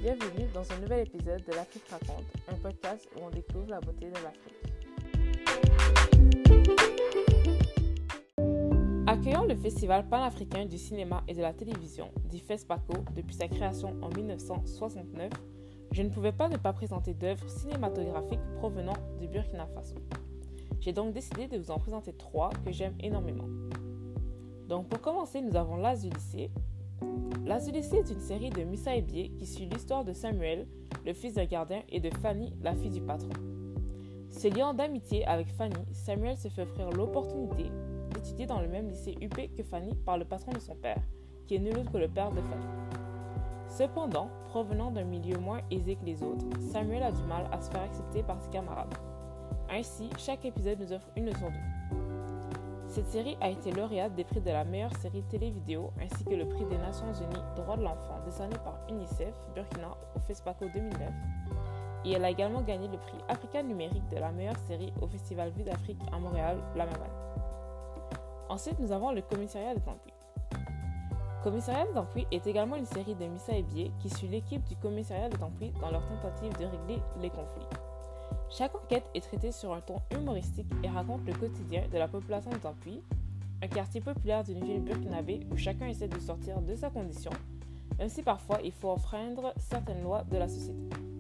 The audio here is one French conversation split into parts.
Bienvenue dans un nouvel épisode de l'Afrique raconte, un podcast où on découvre la beauté de l'Afrique. Accueillant le Festival panafricain du cinéma et de la télévision, dit FESPACO, depuis sa création en 1969, je ne pouvais pas ne pas présenter d'œuvres cinématographiques provenant du Burkina Faso. J'ai donc décidé de vous en présenter 3 que j'aime énormément. Donc pour commencer, nous avons L'As du lycée. L'As du lycée est une série de Moussa Ebié qui suit l'histoire de Samuel, le fils d'un gardien, et de Fanny, la fille du patron. Se liant d'amitié avec Fanny, Samuel se fait offrir l'opportunité d'étudier dans le même lycée UP que Fanny par le patron de son père, qui est nul autre que le père de Fanny. Cependant, provenant d'un milieu moins aisé que les autres, Samuel a du mal à se faire accepter par ses camarades. Ainsi, chaque épisode nous offre une leçon de vie. Cette série a été lauréate des prix de la meilleure série télé-vidéo ainsi que le prix des Nations Unies Droits de l'Enfant décerné par UNICEF Burkina au FESPACO 2009 et elle a également gagné le prix Africa Numérique de la meilleure série au Festival Vue d'Afrique à Montréal la même année. Ensuite, nous avons le Commissariat de Tampi. Commissariat de Tampi est également une série de Moussa Ebié qui suit l'équipe du Commissariat de Tampi dans leur tentative de régler les conflits. Chaque enquête est traitée sur un ton humoristique et raconte le quotidien de la population de Tampi, un quartier populaire d'une ville burkinabé où chacun essaie de sortir de sa condition, même si parfois il faut enfreindre certaines lois de la société.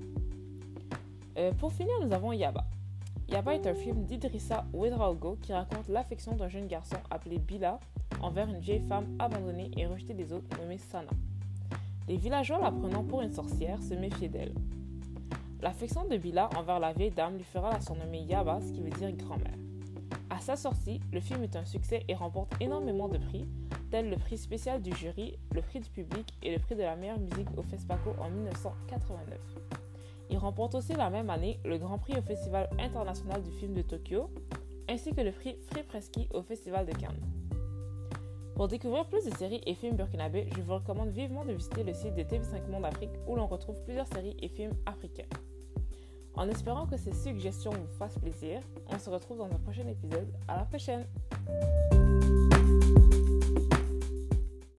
Pour finir, nous avons Yaba. Yaba est un film d'Idrissa Ouedraogo qui raconte l'affection d'un jeune garçon appelé Bila envers une vieille femme abandonnée et rejetée des autres nommée Sana. Les villageois, la prenant pour une sorcière, se méfiaient d'elle. L'affection de Bila envers la vieille dame lui fera la surnommer Yaba, ce qui veut dire grand-mère. À sa sortie, le film est un succès et remporte énormément de prix, tels le prix spécial du jury, le prix du public et le prix de la meilleure musique au FESPACO en 1989. Il remporte aussi la même année le Grand Prix au Festival international du film de Tokyo, ainsi que le prix Frepresky au Festival de Cannes. Pour découvrir plus de séries et films burkinabés, je vous recommande vivement de visiter le site de TV5 Monde Afrique où l'on retrouve plusieurs séries et films africains. En espérant que ces suggestions vous fassent plaisir, on se retrouve dans un prochain épisode. À la prochaine!